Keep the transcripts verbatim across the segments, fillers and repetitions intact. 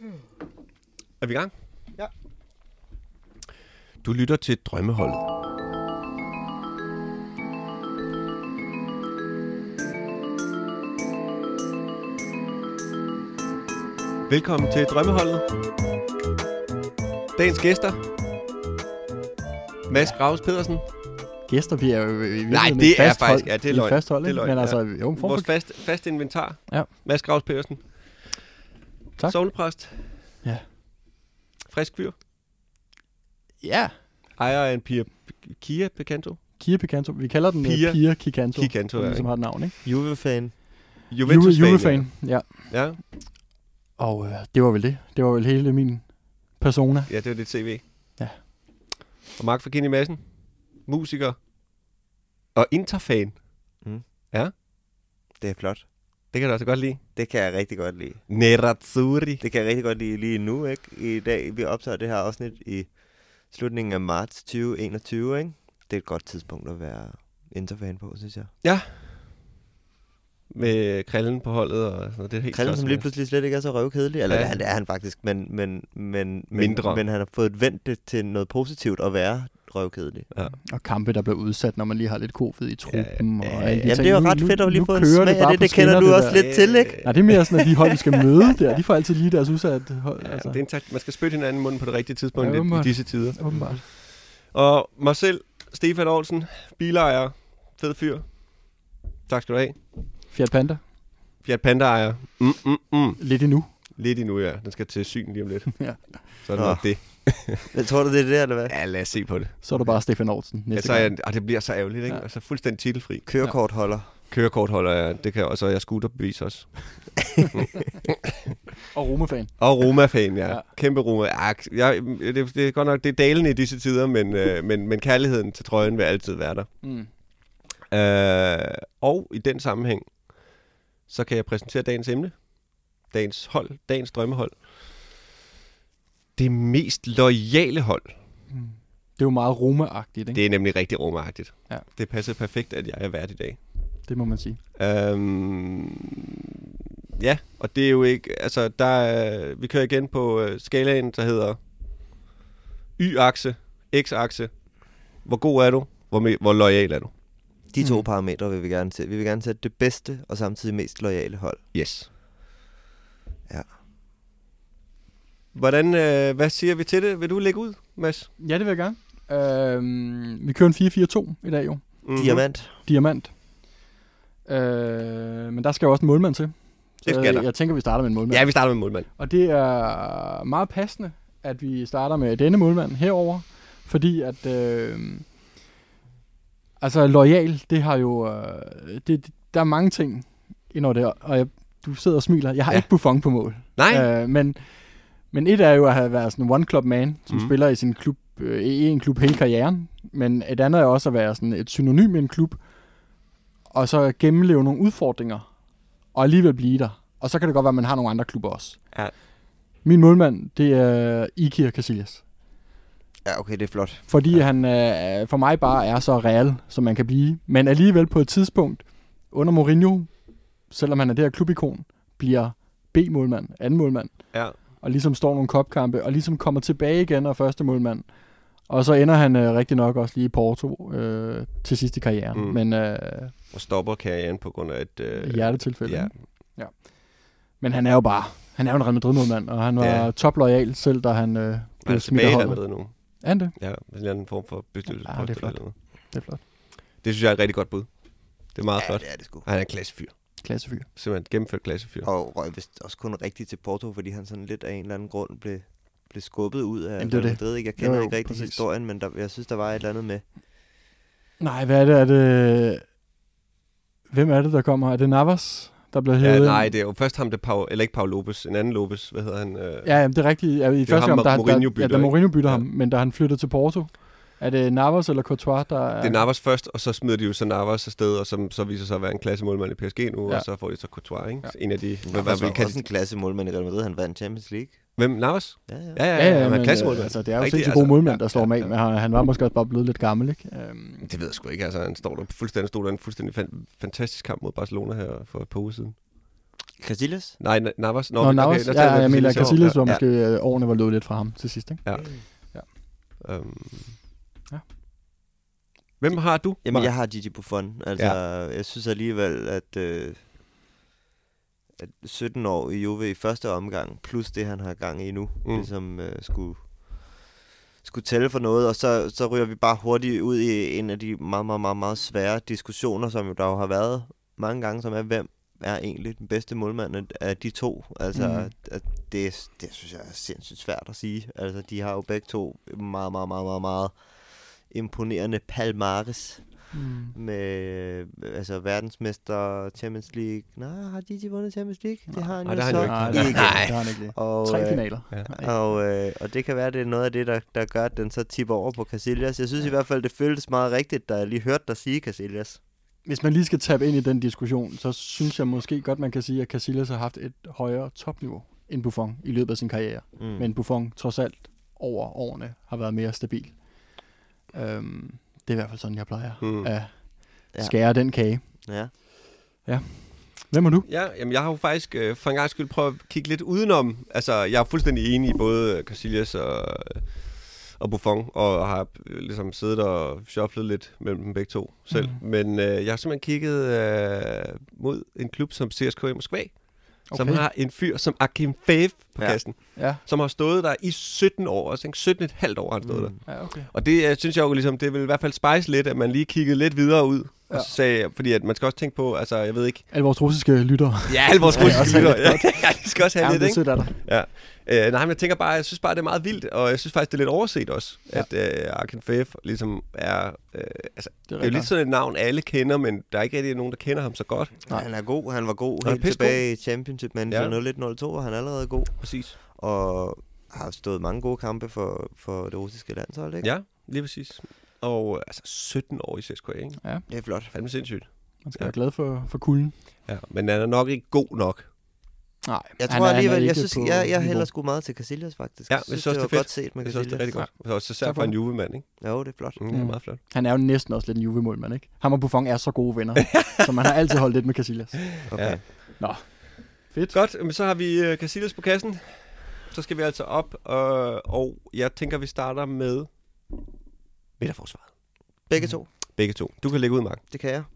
Er vi i gang? Ja. Du lytter til Drømmeholdet. Velkommen til Drømmeholdet. Dagens gæster. Mads Graves Pedersen. Gæster, vi er jo i Nej, det er faktisk, hold, ja, det er løgn. Fast hold, det er løgn, men altså, ja. jo, en form Vores for... fast, fast inventar. Ja. Mads Graves Pedersen. Tak. Sognepræst. Ja. Frisk fyr. Ja. Ejer af en Pia, Kia Picanto. Kia Picanto. Vi kalder den Pia, Pia Picanto. Picanto, ja. Som har et navn, ikke? Juve-fan. Juventus-fan. Juve-fan, ja. Ja. Og øh, det var vel det. Det var vel hele min persona. Ja, det var dit C V. Ja. Og Mark Fakini Madsen. Musiker. Og Interfan. Mm. Ja. Det er flot. Det kan du også godt lide. Det kan jeg rigtig godt lide. Nerazzurri. Det kan jeg rigtig godt lide lige nu, ikke? I dag, vi optager det her afsnit i slutningen af marts tyve enogtyve, ikke? Det er et godt tidspunkt at være Interfan på, synes jeg. Ja. Med Krallen på holdet og sådan noget. Det er helt Krallen, klart, som lige pludselig slet ikke er så røvkedelig. Eller ja. ja. det er han faktisk, men, men, men, Mindre. men, men han har fået vendt det til noget positivt at være røvkedelig. Ja. Og kampe, der bliver udsat, når man lige har lidt covid i truppen. Ja, ja, og ja. alle de Jamen, ting. det er jo Nu- ret nu- fedt at lige nu få en kører smag af bare det. på Det kender skinner, du det også der. lidt til, ikke? Nej, det er mere sådan, at de hold, vi skal møde der, de får altid lige deres udsatte hold. Ja, Altså. det er en takt. Man skal spytte hinanden i munden på det rigtige tidspunkt Ja, ja, i, i disse tider. Åbenbart. Og mig selv, Stefan Olsen, bilejer, fed fyr. Tak skal du have. Fiat Panda. Fiat Panda-ejer. Mm, mm, mm. Lidt endnu. Lidt endnu, ja. Den skal til syn lige om lidt. Ja. Så er det nok det. Jeg tror du, det er det, eller hvad? Ja, lad os se på det. Så er du bare Stefan Olsen Ja, næste så er gang. jeg, og det bliver så ærgerligt, ikke? Ja. Altså fuldstændig titelfri. Kørekortholder. Kørekort holder jeg, det kan jeg også, og jeg scooterbevis også. Og Roma-fan. Og Roma-fan, ja. Ja. ja. Kæmpe Roma. Ja, jeg, det, det er godt nok, det er dalende i disse tider, men, øh, men, men kærligheden til trøjen vil altid være der. Mm. Øh, og i den sammenhæng, så kan jeg præsentere dagens emne. Dagens hold, dagens drømmehold. Det mest loyale hold. Mm. Det er jo meget Roma-agtigt, ikke? Det, Det er nemlig rigtig Roma-agtigt. Ja. Det passer perfekt, at jeg er vært i dag. det må man sige. Øhm, ja, og det er jo ikke, altså der er, vi kører igen på øh, skalaen, der hedder Y-akse, X-akse. Hvor god er du? Hvor, me- hvor loyal er du? De to Mm. parametre vil vi gerne sætte. Vi vil gerne sætte det bedste og samtidig mest loyale hold. Yes. Ja. Hvordan, øh, hvad siger vi til det? Vil du lægge ud, Mads? Ja, det vil jeg gerne. Øhm, vi kører en fire fire to i dag jo. Mm-hmm. Diamant. Diamant. Øh, men der skal jo også en målmand til. Det skal jeg, der. jeg tænker, vi starter med en målmand. Ja, vi starter med målmand. Og det er meget passende, at vi starter med denne målmand herover, fordi at øh, altså loyal, det har jo øh, det, der er mange ting ind over det, og jeg, du sidder og smiler. Jeg har Ja. ikke Buffon på mål. Nej. Øh, men men et er jo at have været sådan en one club man, som Mhm. mm. spiller i sin klub øh, i en klub hele karrieren, men et andet er også at være sådan et synonym i en klub, og så gennemleve nogle udfordringer og alligevel blive der. Og så kan det godt være, at man har nogle andre klubber også. Ja. Min målmand, det er Iker Casillas. Ja, okay, det er flot. Fordi han øh, for mig bare er så real, som man kan blive. Men alligevel på et tidspunkt under Mourinho, selvom han er det her klubikon, bliver B-målmand, anden målmand. Ja. Og ligesom står nogle kopkampe, og ligesom kommer tilbage igen og første målmand. Og så ender han øh, rigtig nok også lige i Porto øh, til sidst i karrieren. Mm. Men øh, Og stopper karrieren på grund af et... Øh, hjertetilfælde. ja. ikke? Ja. Men han er jo bare, han er jo en Real Madrid-målmand, og han var Ja. toployal selv, da han øh, Man blev er smidt tilbage af i Real holdet. Madrid nu. Er han det? Ja, en eller anden form for bestyrelse. Ja, det er flot. Det er flot. Det synes jeg er et rigtig godt bud. Det er meget Ja, flot. det er det sgu. Og han er en klassefyr. Klassefyr. Simpelthen gennemført klassefyr. Og røg vist også kun rigtigt til Porto, fordi han sådan lidt af en eller anden grund blev, blev skubbet ud af Jamen, det er Real det. Madrid. Ikke? Jeg kender Jo, jo, ikke rigtig præcis. historien, men der, jeg synes, der var et eller andet med. Nej, hvad er det? Er det... Hvem er det, der kommer? Er det Navas, der bliver hævet Ja, ind? nej, det er jo først ham, det er Pau, eller ikke Pau Lopez, en anden Lopez, hvad hedder han? Øh, Ja, jamen, det er rigtigt. Ja, i er første ham, gang, der, Mourinho der, bytter, ja, da ikke? Mourinho bytter Ja. ham, men da han flyttede til Porto, er det Navas eller Courtois, der er... Det er Navas først, og så smider de jo så Navas afsted, og som så viser sig at være en klassemålmand i P S G nu, Ja. og så får de så Courtois, ikke? Ja. En af de... Han Hvad, var hvad, kan, også en klasse målmand i Real Madrid. Han vandt Champions League. hvem? Navas? Ja, ja. Ja, ja, Ja, ja, han er men, klassemålmand. øh, altså, det er jo Rigtig, sindssygt altså, gode målmænd, ja, der står ja, med, ja. men han, han var måske også bare blevet lidt gammel, ikke? Um, Det ved jeg sgu ikke, altså han står der fuldstændig, stod der en fuldstændig fan, fantastisk kamp mod Barcelona her for et par uger siden. Casillas? Nej, Na- Navas. Nå, Navas. Ja, jeg mener, Casillas var ja. måske øh, årene var løbet lidt fra ham til sidst, ikke? Ja. Ja. Um, Ja. Hvem har du? Jamen, Mark? jeg har Gigi Buffon. Altså, ja. jeg synes alligevel, at, øh, at sytten år i Juve i første omgang, plus det, han har gang i nu, Mm. ligesom øh, skulle, skulle tælle for noget, og så, så ryger vi bare hurtigt ud i en af de meget, meget, meget, meget svære diskussioner, som jo der jo har været mange gange, som er, hvem er egentlig den bedste målmand af de to. Altså, Mm. at det, det synes jeg er sindssygt svært at sige. Altså, de har jo begge to meget, meget, meget, meget, meget imponerende palmares Mm. med altså verdensmester, Champions League. Nej, har Gigi vundet Champions League? Det har han Nej, jo det har han så jo ikke. Nej, ikke. det, nej. det har han ikke lige. Og, Tre øh, finaler. Ja. Nej. og, øh, og det kan være, det er noget af det, der, der gør, at den så tipper over på Casillas. Jeg synes i hvert fald, det føltes meget rigtigt, da jeg lige hørte dig sige Casillas. Hvis man lige skal tabe ind i den diskussion, så synes jeg måske godt, man kan sige, at Casillas har haft et højere topniveau end Buffon i løbet af sin karriere. Mm. Men Buffon trods alt over årene har været mere stabil. Øhm, det er i hvert fald sådan, jeg plejer Mm. at Ja. skære den kage. Ja. Hvem er du? Ja, jamen jeg har jo faktisk øh, for en gang skyld prøvet at kigge lidt udenom. Altså, jeg er fuldstændig enig i både Casillas og, og Buffon, og har øh, ligesom siddet og shufflet lidt mellem dem begge to selv. Mm. Men øh, jeg har simpelthen kigget øh, mod en klub som C S K A Moskva, okay. som Okay. har en fyr som Akim Fev på Ja. kassen, Ja, som har stået der i sytten år, også, ikke? sytten komma fem år har han stået Mm. der. ja okay. Og det øh, synes jeg jo ligesom, det vil i hvert fald spice lidt, at man lige kiggede lidt videre ud. Ja. Og så sagde, fordi at man skal også tænke på, altså jeg ved ikke... Alle vores russiske lyttere. Ja, alle vores Ja, også russiske have lyttere. lidt Ja, de skal også have Ja, lidt, det er ikke? sødt af dig. Ja. Øh, nej, men jeg tænker bare, jeg synes bare, det er meget vildt, og jeg synes faktisk, det er lidt overset også, Ja. at øh, Akin Fev ligesom er... Øh, altså, Det det er jo rigtigt. lidt sådan et navn, alle kender, men der er ikke rigtig nogen, der kender ham så godt. Nej. Han er god. Han var god Han er helt pissegod. tilbage i Championship Manager Ja. nul et nul to, og han er allerede god. Præcis. Og har stået mange gode kampe for, for det russiske landshold, ikke? Ja, lige præcis. Og altså sytten år i C S K A, ikke? Ja, Det er flot. Fandme sindssygt. man skal Ja. være glad for, for kulden. Ja, men han er nok ikke god nok. Nej, Jeg han tror er- han er alligevel, jeg ikke synes, på jeg, jeg niveau. hælder sgu meget til Casillas, faktisk. Ja, jeg jeg synes, synes også, det det var er godt set med Jeg synes, det er rigtig Casillas. godt. Og også især Tak for for en det. Juve-mand, ikke? Jo, det er flot. Mm, det er Mm. meget flot. Han er jo næsten også lidt en Juve-målmand, ikke? Ham og Buffon er så gode venner, så man har altid holdt lidt med Casillas. Okay. Ja. Fedt. Godt, men så har vi uh, Casillas på kassen. Så skal vi altså op, og, og jeg tænker, vi starter med midterforsvaret. Begge to. Begge to. Du kan lægge ud, Mark. Det kan jeg.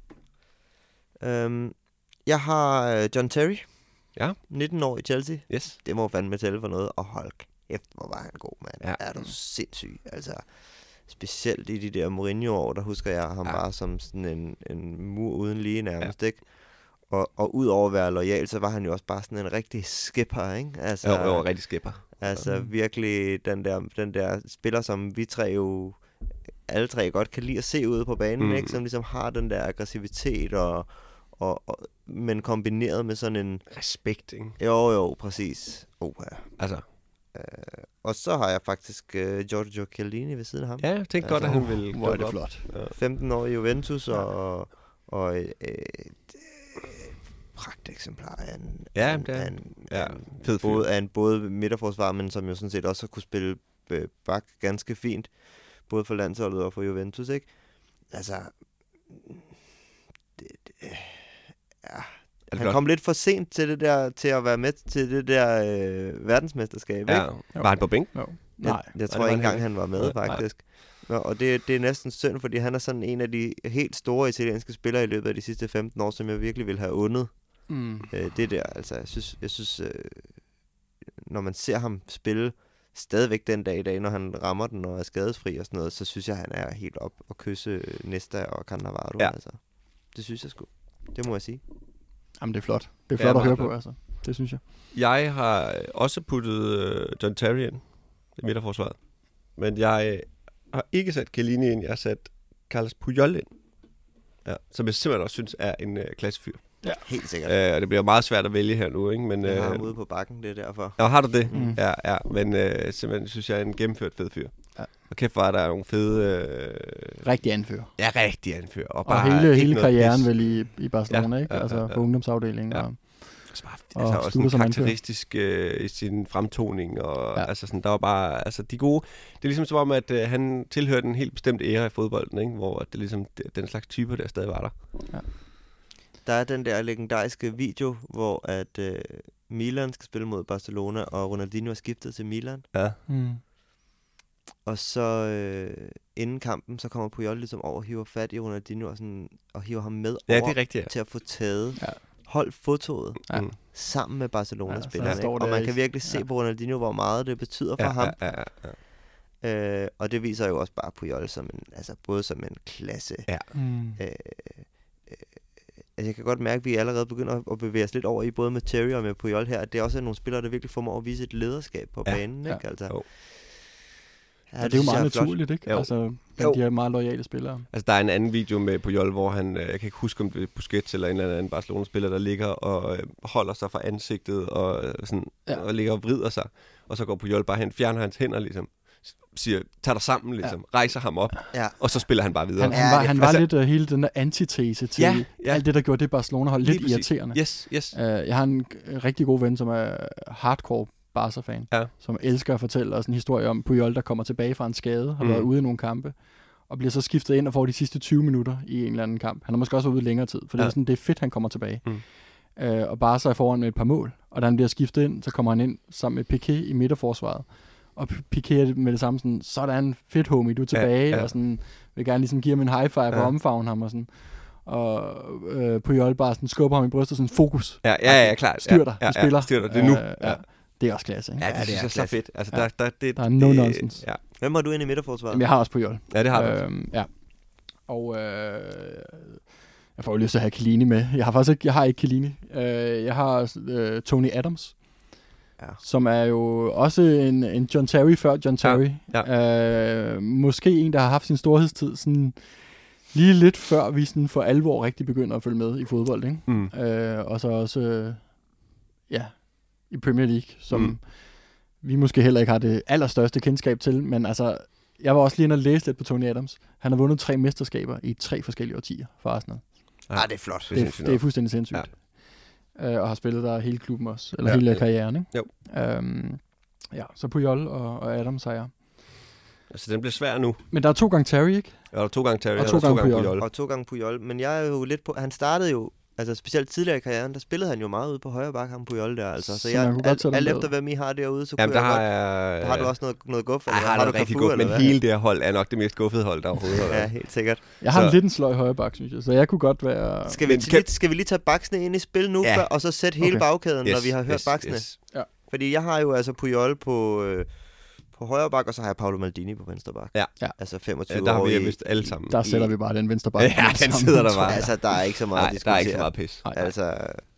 Øhm, jeg har øh, John Terry. Ja. nitten år i Chelsea. Yes. Det må fandme tælle for noget. Og hold kæft, hvor var han god, mand. Ja. Ja. Er du sindssyg. Altså, specielt i de der Mourinho-år, der husker jeg ham Ja. ja. bare som sådan en, en mur uden lige nærmest, ja. ikke? Og, og ud over at være lojal, så var han jo også bare sådan en rigtig skipper, ikke? Altså, Jo, jo, rigtig skipper. altså Mm. virkelig den der, den der spiller, som vi tre jo alle tre godt kan lide at se ude på banen, Mm. ikke? Som ligesom har den der aggressivitet, og, og, og, men kombineret med sådan en... Respekt, ikke? Jo, jo, præcis. Oh, ja. Altså, Og så har jeg faktisk uh, Giorgio Chiellini ved siden af ham. ja, jeg tænkte godt, Altså, at han ville Hvor er dukke det op. flot. Ja. femten år i Juventus, og, og et, et, et pragteksemplar af en, Ja, en, det er- af en, ja, af en, fed fyr. både, af en både midterforsvar, men som jo sådan set også har kunne spille øh, bak ganske fint, både for landsholdet og for Juventus, ikke? Altså, det, det, ja, det han flot? kom lidt for sent til det der, til at være med til det der øh, verdensmesterskab, ikke? Ja. Var han på bænken? Jo. Jeg, Nej. jeg det tror var ikke han engang, ikke. han var med, Nej. faktisk. Nå, og det, det er næsten synd, fordi han er sådan en af de helt store italienske spillere i løbet af de sidste femten år, som jeg virkelig vil have undet. Mm. Øh, det der, altså, jeg synes, jeg synes øh, når man ser ham spille stadigvæk den dag i dag, når han rammer den og er skadesfri og sådan noget, så synes jeg, han er helt op og kysse Nesta og Cannavaro. Ja. Altså. Det synes jeg sgu. Det må jeg sige. Jamen, det er flot. Det er Ja, flot at meget høre flot. på, altså. Det synes jeg. Jeg har også puttet uh, John Terry ind i midterforsvaret. Men jeg øh, har ikke sat Chiellini ind. Jeg har sat Carlos Puyol ind. Ja, som jeg simpelthen også synes er en uh, klassefyr. Helt sikkert. Uh, og det bliver meget svært at vælge her nu, ikke? Men, Jeg har uh, ham ude på bakken, det er derfor. Nå, har du det? Mm. Ja, ja. Men uh, simpelthen synes jeg er en gennemført fed fyr. Ja. Og kæft for, at der er nogle fede... Uh, Rigtig anfører. ja, rigtig anfører. Og, Og bare hele, ikke hele noget karrieren pis. vel i, i Barcelona, Ja, ikke? ja, ja, Altså ja. på ungdomsafdelingen. Ja. Og, Altså, bare, Og altså også slutter en som anfører. karakteristisk øh, i sin fremtoning, og Ja. ja. altså sådan, der var bare, altså de gode, det er ligesom som om, at øh, han tilhørte en helt bestemt æra i fodbolden, ikke? Hvor at det ligesom, det, den slags typer der stadig var der. Der er den der legendariske video, hvor at øh, Milan skal spille mod Barcelona, og Ronaldinho er skiftet til Milan. Ja. Mm. Og så øh, inden kampen, så kommer Puyol ligesom over og hiver fat i Ronaldinho og, sådan, og hiver ham med Ja, over det er rigtigt, ja. til at få taget. Ja. Hold fotoet Ja. Mm. sammen med Barcelona-spillerne. Ja, så står og der man i- kan virkelig se ja. på Ronaldinho, hvor meget det betyder for Ja, ham. ja, ja, ja. Øh, og det viser jo også bare Puyol som en, altså både som en klasse. Ja. Mm. Øh, øh, altså jeg kan godt mærke, at vi allerede begynder at- at bevæge os lidt over i både med Terry og med Puyol her, at det også er nogle spillere, der virkelig formår at vise et lederskab på Ja, banen. ja. Ikke? Altså, Jo. Ja, det er jo synes jeg meget flot. naturligt, ikke? Jo. Altså, Jo. blandt de her meget loyale spillere. Altså, der er en anden video med Puyol, hvor han, øh, jeg kan ikke huske, om det er Busquets eller en eller anden Barcelona-spiller, der ligger og øh, holder sig fra ansigtet og, øh, sådan, Ja. ja. og ligger og vrider sig. Og så går Puyol bare hen, fjerner hans hænder, ligesom, siger, tag dig sammen, ligesom, ja. rejser ham op, Ja. og så spiller han bare videre. Han, Ja, han var, det- han var altså- lidt uh, hele den der antitese til Ja, ja. alt det, der gjorde det Barcelona-hold lidt Lige præcis. irriterende. Yes, yes. Uh, jeg har en uh, rigtig god ven, som er hardcore Barca-fan, Ja. som elsker at fortælle os en historie om Puyol, der kommer tilbage fra en skade, har Mm. været ude i nogle kampe, og bliver så skiftet ind og får de sidste tyve minutter i en eller anden kamp. Han har måske også været ude i længere tid, for det Ja. er sådan, det er fedt, han kommer tilbage. Mm. Uh, og Barca er foran med et par mål, og da han bliver skiftet ind, så kommer han ind sammen med Piqué i midterforsvaret. Og Piqué er med det samme sådan, sådan fedt homie, du er tilbage, Ja, ja. og sådan, vil gerne ligesom give ham en high five Ja. og omfavne ham og sådan. Og øh, Puyol bare sådan skubber ham i brystet, sådan fokus. Ja, ja, ja, klart. Styr dig, ja, vi spiller. Ja, styr dig, det er nu. Øh, ja. Det er også klasse, ikke? Ja, det, det synes er jeg er så klasse. fedt. Altså, Ja. der, der, det, Der er no det, nonsense. Ja. Hvem har du inde i midterforsvaret? Jamen, jeg har også Puyol. ja, det har du. Øhm, ja. Og øh, jeg får jo lyst til at have Chiellini med. Jeg har faktisk ikke, jeg har ikke Chiellini. Øh, jeg har øh, Tony Adams, Ja. som er jo også en, en John Terry før John Terry. Ja, Øh, måske en, der har haft sin storhedstid sådan lige lidt før vi sådan for alvor rigtig begynder at følge med i fodbold, ikke? Mm. Øh, og så også øh, ja, i Premier League, som Mm. vi måske heller ikke har det allerstørste kendskab til, men altså, jeg var også lige inde og læse lidt på Tony Adams. Han har vundet tre mesterskaber i tre forskellige årtier for Arsenal. Ah, det er flot. Det er Det, sindssygt det, det er nok. fuldstændig sindssygt. Ja. Øh, og har spillet der hele klubben også, eller Ja, hele ja. karrieren, ikke? Jo. Øhm, ja, så Puyol og, og Adams har jeg. Altså, den bliver svær nu. Men der er to gange Terry, ikke? Ja, der er to gange Terry, Og og to to gange gange Puyol. Puyol. Og to gange Puyol. Men jeg er jo lidt på... Han startede jo... Altså specielt tidligere i karrieren, der spillede han jo meget ude på højre bakke, ham Puyol der. Altså. Så, Så jeg, man kunne godt alt, tage dem alt med. efter hvem I har derude, så Jamen, kunne der jeg har godt... jeg... Har du også noget, noget guf? Jeg eller har har det du rigtig Cafu, godt, men eller hvad? hele det her hold er nok det mest guffede hold, der overhovedet har Ja, været. helt sikkert. Jeg har Så- en lidt en sløj højre bak, synes jeg, så jeg kunne godt være... Skal vi, Men til, kan- lige, skal vi lige tage baksene ind i spil nu, Ja. før, og så sætte hele Okay. bagkæden, når vi har hørt yes, baksene? yes. Fordi jeg har jo altså Puyol på, øh, på højre bak, og så har jeg Paolo Maldini på venstre bak. Ja. Ja. Altså femogtyve Ja, der har år vi i... vist alle sammen. Der sætter vi bare den venstre bak. Ja, den sidder der bare. Altså, der er ikke så meget Nej, at der er diskutere. ikke så meget pis. Nej, Altså,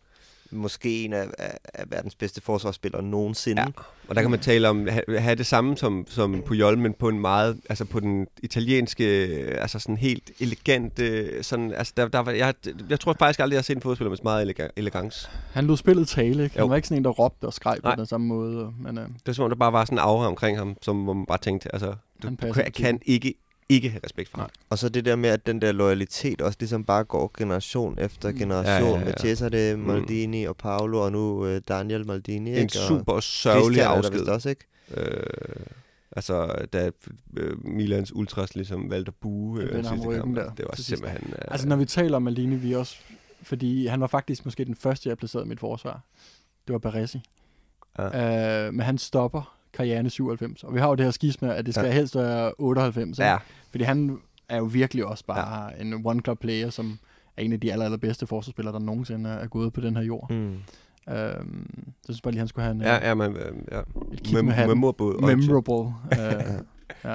måske en af, af, af verdens bedste forsvarsspillere nogensinde. Ja. Og der kan man tale om at have det samme som, som Puyol, men på en meget, altså på den italienske, altså sådan helt elegante, sådan, altså der, der var, jeg, jeg tror faktisk aldrig, jeg har set en fodspiller med så meget elega- elegance. Han lod spillet tale, ikke? Han Jo. var ikke sådan en, der råbte og skreg på Nej. den samme måde. Men øh, Det er som om, der bare var sådan en aura omkring ham, som hvor man bare tænkte, altså, du, Han du passer kan, til kan ikke, ikke have respekt for ham. Og så det der med, at den der loyalitet også ligesom bare går generation efter generation. Ja, ja, ja. Med Cesare Maldini og Paolo, og nu øh, Daniel Maldini. En ikke? Og super sørgelig Christian er der afsked. vist også, ikke? Øh, altså, da øh, Milans ultras ligesom valgte at buge Det øh, vender ham sidste ryggen kamp, der det var til sidst. simpelthen... Øh, altså, når vi taler om Maldini, vi er også... Fordi han var faktisk måske den første, jeg placerede i mit forsvar. Det var Baresi. Ja. Øh, men han stopper karrieren i syvoghalvfems. Og vi har jo det her skisme, at det skal Ja. ja. helst være otteoghalvfems. Ikke? ja, Fordi han er jo virkelig også bare ja. en one-club-player, som er en af de aller, allerbedste forsvarsspillere, der nogensinde er gået på den her jord. Mm. Øhm, så jeg synes bare lige, han skulle have en, ja, ja, men, øh, ja. et kig med hatten. Memorable. Memorable. øh, ja.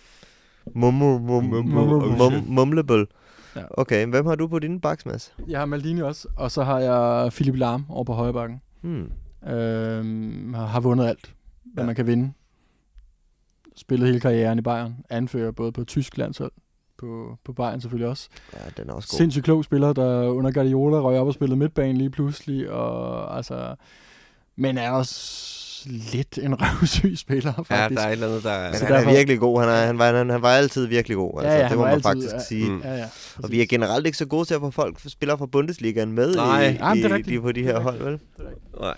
Mum- mum- Mumble. mum- Mumleable. Ja. Okay, hvem har du på din baks, Mads? Jeg har Maldini også, og så har jeg Philip Lahm over på højre bakken. Hmm. Øhm, har, har vundet alt, hvad Ja. man kan vinde. Spillet hele karrieren i Bayern. Anfører både på tysk landshold, på, på Bayern selvfølgelig også. Ja, den er også god. Sindssygt klog spiller, der under Guardiola røg op og spillede midtbanen lige pludselig. Og, altså, men er også lidt en røvsyg spiller, faktisk. Ja, der er et eller andet, der... Men Så han er derfor- virkelig god. Han, er, han, var, han, han var altid virkelig god. Altså, Ja, ja, det han må var man altid- faktisk ja. sige. Mm. Ja, ja. Og vi er generelt ikke så gode til at få folk, spillere fra Bundesligaen med Nej. i, Ja, men det er i, rigtigt. i, på de Det er her hold, rigtigt. vel? Nej.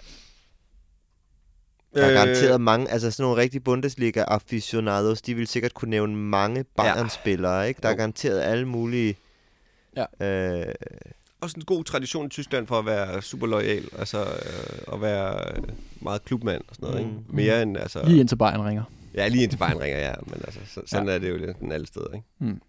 Der er Øh, garanteret mange, altså sådan nogle rigtige Bundesliga-aficionados, de vil sikkert kunne nævne mange Bayern-spillere, ikke? Der er Jo. garanteret alle mulige... Ja. Øh, også en god tradition i Tyskland for at være super loyal, altså øh, at være øh, meget klubmand og sådan noget, Mm. ikke? Mere end, altså... Lige indtil Bayern ringer. Ja, lige indtil Bayern ringer, ja, men altså, så, sådan Ja. er det jo lidt alle steder, ikke? Mm.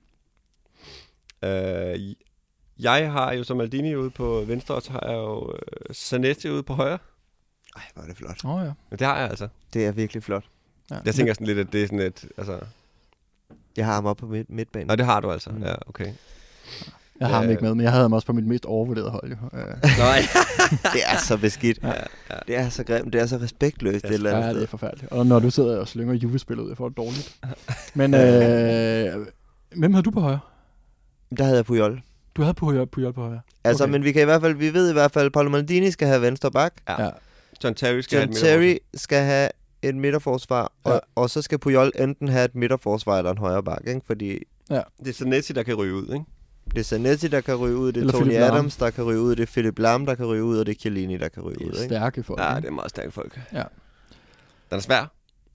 Øh, jeg har jo som Maldini ude på venstre, og så har jeg jo øh, Zanetti ude på højre. Ej, hvor er det flot. Åh oh, ja. Men det har jeg altså. Det er virkelig flot. ja. Jeg tænker sådan lidt, at det er sådan et, altså... Jeg har ham op på midt, midtbanen. Nå, det har du altså. Mm. Ja, okay. Jeg har ham Ja. ikke med, men jeg havde ham også på mit mest overvurderede hold. Jo. Øh, Nej. Det er så beskidt. Ja. Ja. Det er så grimt. Det er så respektløst. Ja, Det et eller ja, andet det er sted. forfærdeligt. Og når du sidder og slynger Juve-spillet ud, jeg får det dårligt. Men øh, hvem havde du på højre? Der havde jeg Puyol. Du havde Puyol, Puyol på højre. Altså, Okay. men vi kan i hvert fald, vi ved i hvert fald, at Paolo Maldini skal have venstre bak. Ja. Ja. John Terry skal John have et Terry skal have et midterforsvar, Ja. og, og så skal Puyol enten have et midterforsvar eller en højre bak, ikke? Fordi Det er Zanetti, der kan ryge ud, ikke? det er Zanetti, der kan ryge ud, det er Eller Tony Philipp Lahm. Adams, der kan ryge ud, det er Philipp Lahm, der kan ryge ud, og det er Chiellini, der kan ryge Det ud, er ikke? stærke folk. Ja, ikke? det er meget stærke folk. Ja. Den er svær.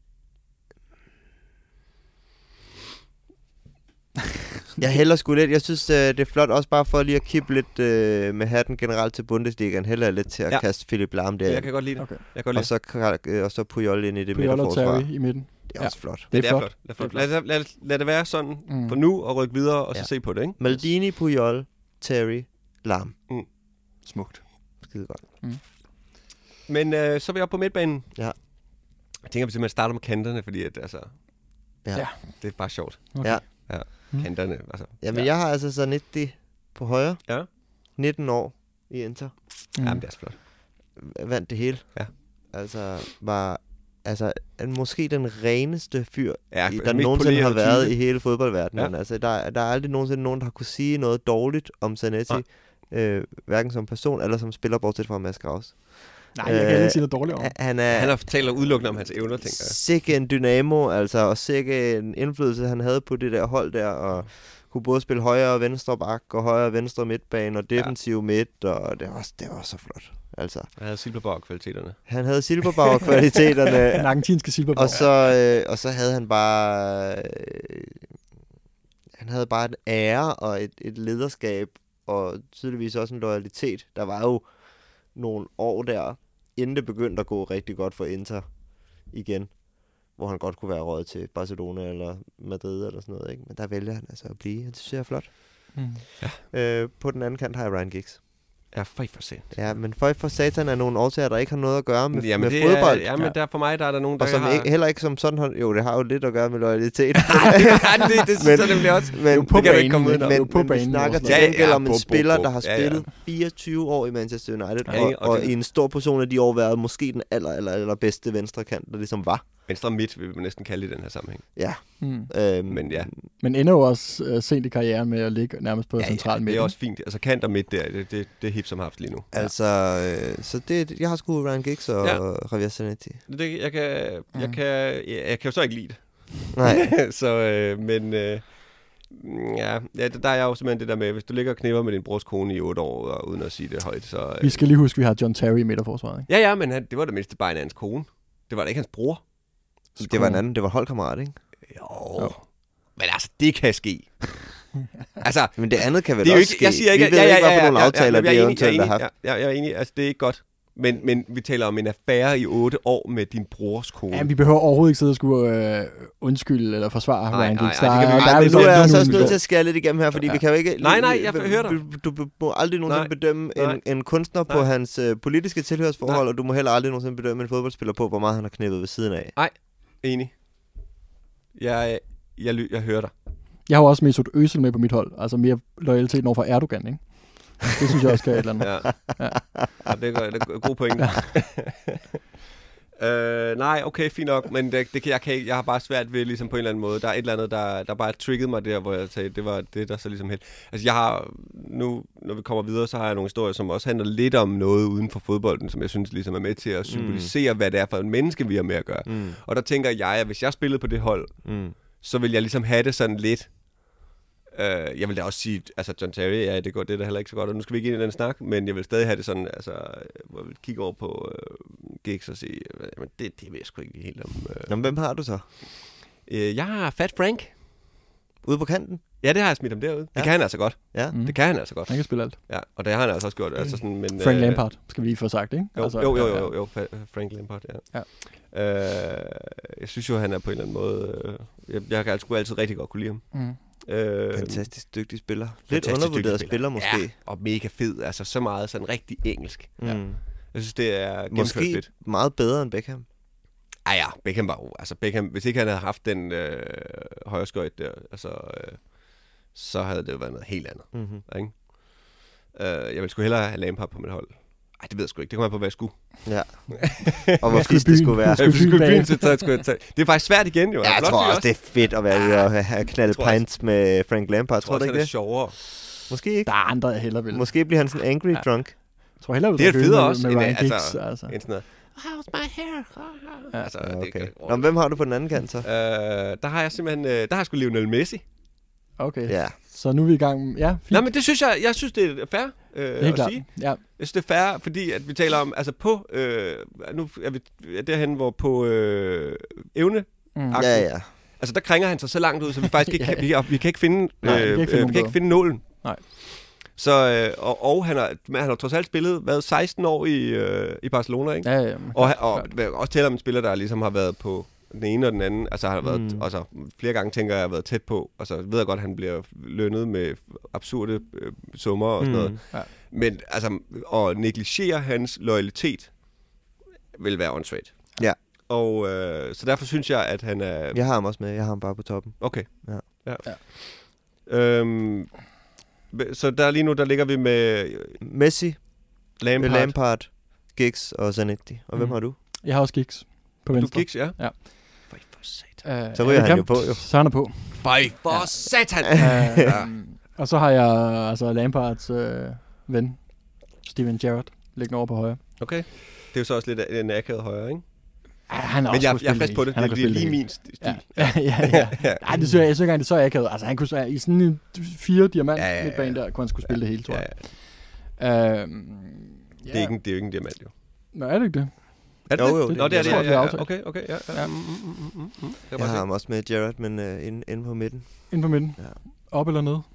Jeg hælder sgu lidt. Jeg synes, øh, det er flot også bare for lige at kippe lidt øh, med hatten generelt til Bundesligaen. Hælder jeg lidt til at Ja. ja. kaste Philipp Lahm der. Jeg kan godt lide det. Okay. Jeg kan godt lide Og så, kan- øh, og så Puyol ind i det Puyol og midterforsvar. Terry i midten. Det er Ja. også flot. det. Det er flot. Lad, flot. Det er Lad, lad, lad det være sådan Mm. for nu og rykke videre og så Ja. se på det, ikke? Maldini, Puyol, Terry, Lahm. Smukt. Skide godt. Men øh, så er vi oppe på midtbanen. Ja. Jeg tænker, at vi simpelthen starter med kanterne, fordi at, altså, Ja. Ja. det er bare sjovt. Okay. Ja. Ja, Mm. kanterne, altså. Jamen, Ja. jeg har altså Zanetti på højre. Ja. nitten år i Inter. Mm. Jamen, det er så flot. Vandt det hele. Ja. Altså, var altså en- måske den reneste fyr, Ja, i, altså der mest nogensinde har polerede været type. i hele fodboldverdenen. Ja. Altså, der, der er aldrig nogensinde nogen, der har kunne sige noget dårligt om Zanetti. Øh, hverken som person eller som spiller, bortset fra Mads Kraus. Nej, jeg kan Øh, ikke sige noget dårligt om. Ha- Han er, Han har taler udelukkende om hans evner, tænker jeg. sikke en dynamo, altså, og sikke en indflydelse, han havde på det der hold der, og kunne både spille højre og venstre bak, og højre og venstre midtbane, og defensiv ja. midt, og det var, det var så flot. Altså, Han havde Silberbauer-kvaliteterne. han havde Silberbauer-kvaliteterne, Den argentinske Silberborg. og så, øh, og så havde han bare, øh, han havde bare en ære og et, et lederskab, og tydeligvis også en loyalitet. Der var jo nogle år der, inden det begyndte at gå rigtig godt for Inter igen, hvor han godt kunne være røget til Barcelona eller Madrid eller sådan noget, ikke? Men der vælger han altså at blive, det synes jeg er flot. Mm. Øh, på den anden kant har jeg Ryan Giggs. Ja, fej for sent. Ja, men for, for satan er nogle årsager, der ikke har noget at gøre med, Jamen, med det fodbold. Er, jamen, der for mig, der er der nogen, der og som har... ikke, heller ikke som sådan, har- jo, det har jo lidt at gøre med loyalitet. Nej, det, det, det synes jeg nemlig også. men, på det kan du banen, ikke komme ikke? udenom. men, Jo, på men vi banen snakker også. til Ja, ja, gengæld ja, om en på- på- spiller, på. der har Ja, ja. spillet fireogtyve år i Manchester United, Ja, og, ikke? Og og det- i en stor portion af de år været måske den aller, aller, aller bedste venstre kant, der ligesom var. Venstre midt vil man næsten kalde det i den her sammenhæng. Ja. Mm. Øhm, Men ja, Men ender jo også uh, sent i karrieren med at ligge nærmest på ja, central ja midt. det er også fint. Altså kant og midt der, det, det, det er hip som haft lige nu. Altså, øh, så det, jeg har sgu Ryan Giggs og Ja. ja. Javier Zanetti. Det, jeg, kan, jeg, Mm. kan, jeg, jeg kan jo så ikke lide det. Nej. så, øh, men øh, ja, ja, der er jeg jo simpelthen det der med, hvis du ligger og knipper med din brors kone i otte år, og uden at sige det højt, så... Øh, Vi skal lige huske, at vi har John Terry i midterforsvaret. Ikke? Ja, ja, men han, det var det mindste bare en af hans kone. Det var da ikke hans bror. Det var en anden, det var en holdkammerat, ikke? Jo. jo. Men altså, det kan ske. altså, Men det andet kan vel det er jo også ikke, jeg ske. siger ikke, Vi ved ja, ja, ikke, hvad ja, for nogle ja, aftaler, ja, de jeg er eventuelt enig, har haft. Ja, ja, jeg er enig, altså det er ikke godt. Men, men vi taler om en affære i otte år med din brors kone. Ja, vi behøver overhovedet ikke sidde og skulle øh, undskylde eller forsvare Nej, Ryan nej, Giggs. nej, det kan vi Der er- ikke. der er Ej, jo Nu er sådan jeg altså nogle- også nødt til at skære lidt igennem her, fordi Ja. vi kan jo ikke... Nej, nej, jeg hører dig. Du, du, du må aldrig nogensinde Nej. bedømme Nej. en, en kunstner på Nej. hans øh, politiske tilhørsforhold, Nej. og du må heller aldrig nogensinde bedømme en fodboldspiller på, hvor meget han har knippet ved siden af. Enig. Jeg, jeg, ly- jeg hører dig. Jeg har jo også Mesut Özil med på mit hold. Altså mere loyalitet over for Erdogan, ikke? Det synes jeg også kan et eller andet. Ja. ja. ja det, er, det er god point. øh, nej, okay, fint nok. Men det, det kan, jeg, kan ikke, jeg har bare svært ved, ligesom på en eller anden måde. Der er et eller andet, der, der bare triggede mig der, hvor jeg sagde, det var det, der så ligesom helt... Altså jeg har, nu når vi kommer videre, så har jeg nogle historier, som også handler lidt om noget uden for fodbolden, som jeg synes ligesom er med til at symbolisere, mm. hvad det er for en menneske, vi har med at gøre. Mm. Og der tænker jeg, at hvis jeg spillede på det hold, Mm. så vil jeg ligesom have det sådan lidt... Uh, jeg vil da også sige, altså John Terry, ja, det går det er da heller ikke så godt, og nu skal vi ikke ind i den snak, men jeg vil stadig have det sådan, altså, hvor jeg vil kigge over på uh, Giggs og sige, jamen det, det ved jeg sgu ikke helt om. Uh. Nå, men hvem har du så? Uh, jeg har Fat Frank, Ude på kanten? Ja, det har jeg smidt ham derude. Ja. Det kan han altså godt. Ja. Mm. Det kan han altså godt. Han kan spille alt. Ja, og det har han altså også gjort. Altså sådan, men, Frank øh, Lampard, skal vi lige få sagt, ikke? Jo, Altså, jo, jo, ja, jo, jo, Fa- Frank Lampard, ja. Ja. Øh, jeg synes jo, han er på en eller anden måde... Øh, jeg, jeg kan altså altid rigtig godt kunne lide ham. Mm. Øh, Fantastisk dygtig spiller. Lidt fantastisk undervurderet dygtig spiller, måske. Ja, og mega fed. Altså så meget sådan rigtig engelsk. Mm. Ja. Jeg synes, det er gennemført Måske fedt. meget bedre end Beckham. Ej ja, Beckham var jo... Altså Beckham, hvis ikke han havde haft den øh, højreskøjt der, altså, øh, så havde det jo været noget helt andet. Mm-hmm. Ikke? Øh, jeg ville sgu hellere have Lampard på mit hold. Ej, det ved jeg sgu ikke. Det kommer an på, hvad jeg skulle. Ja. Og hvor fisk det skulle være. Jeg skulle hvis jeg byen skulle i byen, bag. så tager- skulle jeg tage- Det er faktisk svært igen, jo. Ja, jeg Flot tror fyr også, det er fedt at være ude og have- have knaldet Tror jeg pints med Frank Lampard. Jeg Tror du også, ikke han er det? sjovere. Måske ikke. Der er andre, jeg hellere vil. Måske bliver han sådan angry Ja. drunk. Jeg tror hellere, Det er vil federe med, også, med end, Ryan altså, Giggs, altså. En sådan noget. How's my hair? Ja. Altså, Ja, det okay. kan- Nå, men hvem har du på den anden kant så? Øh, der har jeg simpelthen... Øh, der har jeg sgu Lionel Messi. Okay, Ja. så nu er vi i gang. Ja, fint. Nej, men det synes jeg... Jeg synes, det er fair øh, det er at helt klart. sige. Ja. Jeg synes, det er fair, fordi at vi taler om... Altså på... Øh, nu er vi derhen, hvor på øh, evne... Mm. Ak- Ja, ja. Altså, der krænger han sig så langt ud, så vi faktisk ikke, Ja. kan, vi, kan- vi kan ikke finde, Nej, vi kan øh, ikke finde øh, nogen vi kan ikke bedre. finde nålen. Nej. Så, øh, og, og han har, men han har trods alt spillet, hvad, seksten år i, øh, i Barcelona, ikke? Ja, ja, ja. Og, og, og også tæller om en spiller, der ligesom har været på den ene og den anden. Altså, har været, Mm. altså, flere gange tænker jeg, har været tæt på. Altså, ved jeg godt, at han bliver lønnet med absurde øh, summer og sådan Mm. noget. Ja. Men altså, at negligere hans loyalitet vil være åndssvagt. Ja. Og øh, så derfor synes jeg, at han er... Jeg har ham også med. Jeg har ham bare på toppen. Okay. Ja. ja. Ja. Øhm, så der lige nu, der ligger vi med Messi, Lampard. Lampard, Lampard Giggs og Zanetti. Og hvem Mm. har du? Jeg har også Giggs på Du venstre. Giggs, ja? Ja. Føj for satan. Uh, Så ryger han jo på, jo. Så han er på. Føj for satan! uh, og så har jeg altså Lampards øh, ven, Steven Gerrard, liggende over på højre. Okay. Det er jo så også lidt en akavet højre, ikke? Ja, han har Men også jeg, kunne jeg er spille frisk på det. Han har Det, kunnet det er spille lige det min stil. Ja, ja, ja. ja. Ej, det synes jeg, jeg synes ikke engang, det er så akavet. Altså, han kunne så, i sådan en fire diamant Ja, ja, ja. midtbane der, kunne han skulle spille det hele, tror Ja, jeg. ja. Øhm, Det, er ikke, en- det er jo ikke en diamant, jo. Nå, er det ikke det? Er det Jo, det? jo, det- Nå, det er det. jeg tror, Ja, det er ja, aftalt. okay, okay. Ja, ja. Ja. Mm, mm, mm, mm, mm. Jeg kan Jeg bare har se. ham også med Gerrard, men uh, inde, inde på midten. Inde på midten. Ja. Op eller ned?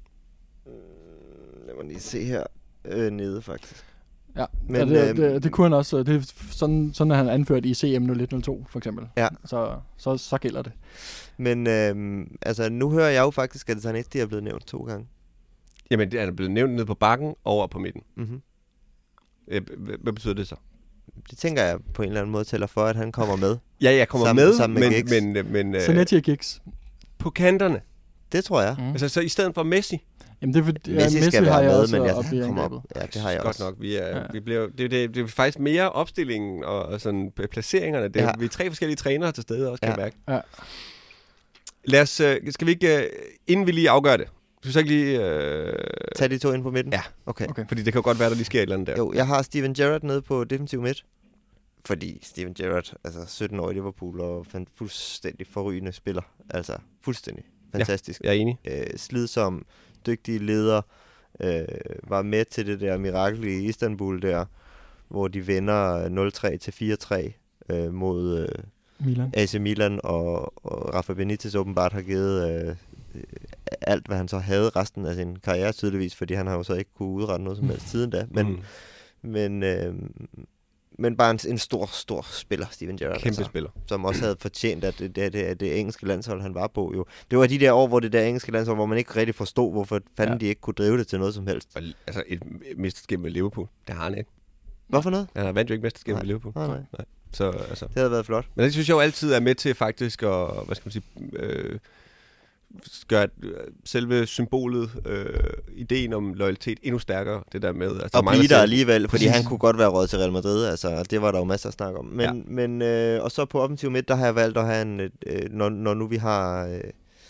Lad mig lige se her. Øh, nede, faktisk. Ja, Men, men, ja det, øhm, det, det kunne han også. Det er sådan, sådan er han anført i C M nul et nul to, for eksempel. Ja. Så, så, så gælder det. Men øh, altså, nu hører jeg jo faktisk, at Zanetti er blevet nævnt to gange. Jamen, det er blevet nævnt nede på bakken over på midten. Mm-hmm. Øh, Hvad hvad betyder det så? Det tænker jeg på en eller anden måde tæller for, at han kommer med. Ja, jeg kommer Sammen- med, sammen med men, Giggs. men, men, men øh, Zanetti og Giggs. på kanterne. Det tror jeg. Mm. Altså, så i stedet for Messi. Jamen, det er fordi, Messi, Messi skal har være jeg med, også men jeg op i kommer angrebet. op. Ja, det har jeg Godt også. nok. Vi er, Ja. ja. vi bliver, det, det, det er faktisk mere opstillingen og, og sådan placeringerne. Det er, Ja. ja. Vi er tre forskellige trænere til stede også, kan Ja. jeg mærke. Ja. Lad os, øh, skal vi ikke, øh, inden vi lige afgør det, skal vi så ikke lige... Øh, Tag de to ind på midten? Ja. Okay. Okay. fordi det kan jo godt være, der lige sker et eller andet der. Jo, jeg har Steven Gerrard nede på defensiv midt. Fordi Steven Gerrard, altså sytten år i Liverpool, og fandt fuldstændig forrygende spiller. Altså, fuldstændig fantastisk. Jeg er enig. Øh, slidsom, dygtig leder. Øh, var med til det der mirakel i Istanbul der, hvor de vender nul tre til fire tre øh, mod øh, Milan. A C Milan, og, og Rafa Benitez åbenbart har givet øh, øh, alt, hvad han så havde resten af sin karriere tydeligvis, fordi han har jo så ikke kunne udrette noget som helst siden da. Men, Mm. men, øh, men bare en, en stor, stor spiller, Steven Gerrard. Kæmpe altså. spiller. Som også havde fortjent, at det, det, det, det engelske landshold, han var på jo. Det var de der år, hvor det der engelske landshold, hvor man ikke rigtig forstod, hvorfor fanden ja. de ikke kunne drive det til noget som helst. Og, altså et mesterskab med Liverpool, det har han ikke. Hvorfor noget? Han har vandt jo ikke mesterskab Nej. med Liverpool. Nej, nej. nej. Så altså... Det havde været flot. Men det synes jeg jo altid er med til faktisk at, hvad skal man sige, øh, gøre øh, selve symbolet, øh, ideen om loyalitet endnu stærkere, det der med. Altså, Og mange, blive siger- der alligevel, fordi Præcis. han kunne godt være råd til Real Madrid, altså, det var der jo masser at snakke om. Men, ja. men øh, og så på offensiv midt, der har jeg valgt at have en, øh, når, når nu vi har, øh,